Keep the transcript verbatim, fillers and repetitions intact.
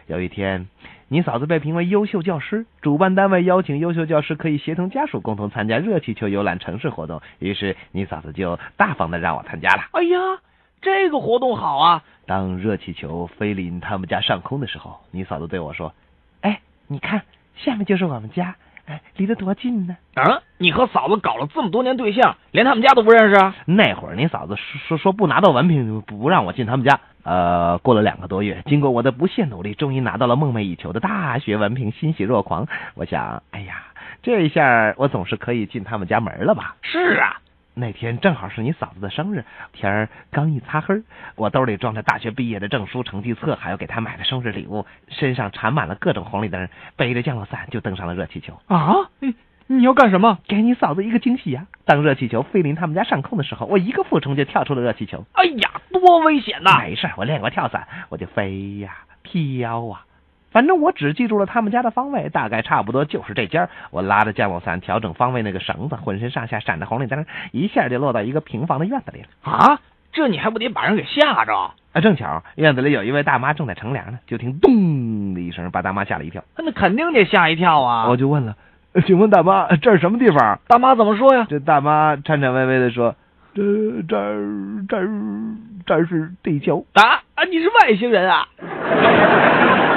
有一天，你嫂子被评为优秀教师，主办单位邀请优秀教师可以协同家属共同参加热气球游览城市活动，于是你嫂子就大方的让我参加了。 哎呀，这个活动好啊！ 当热气球飞临他们家上空的时候，你嫂子对我说：“哎，你看，下面就是我们家，哎，离得多近呢！” 啊，你和嫂子搞了这么多年对象，连他们家都不认识啊？ 那会儿你嫂子说说说不拿到文凭不让我进他们家。呃，过了两个多月，经过我的不懈努力，终于拿到了梦寐以求的大学文凭，欣喜若狂。我想，哎呀，这一下我总是可以进他们家门了吧？ 是啊。 那天正好是你嫂子的生日，天儿刚一擦黑，我兜里装着大学毕业的证书、成绩册，还有给她买的生日礼物，身上缠满了各种红绿灯，背着降落伞就登上了热气球。 啊，你你要干什么？ 给你嫂子一个惊喜呀！当热气球飞临他们家上空的时候，我一个俯冲就跳出了热气球。 哎呀，多危险呐！ 没事，我练过跳伞，我就飞呀飘啊。反正我只记住了他们家的方位，大概差不多就是这家。我拉着降落伞调整方位那个绳子，浑身上下闪着红绿灯，一下就落到一个平房的院子里了。 啊，这你还不得把人给吓着啊？正巧院子里有一位大妈正在乘凉呢，就听咚的一声，把大妈吓了一跳。 那肯定得吓一跳啊！ 我就问了，请问大妈，这是什么地方？ 大妈怎么说呀？ 这大妈颤颤巍巍的说：“这这这这是地球啊啊！你是外星人啊！”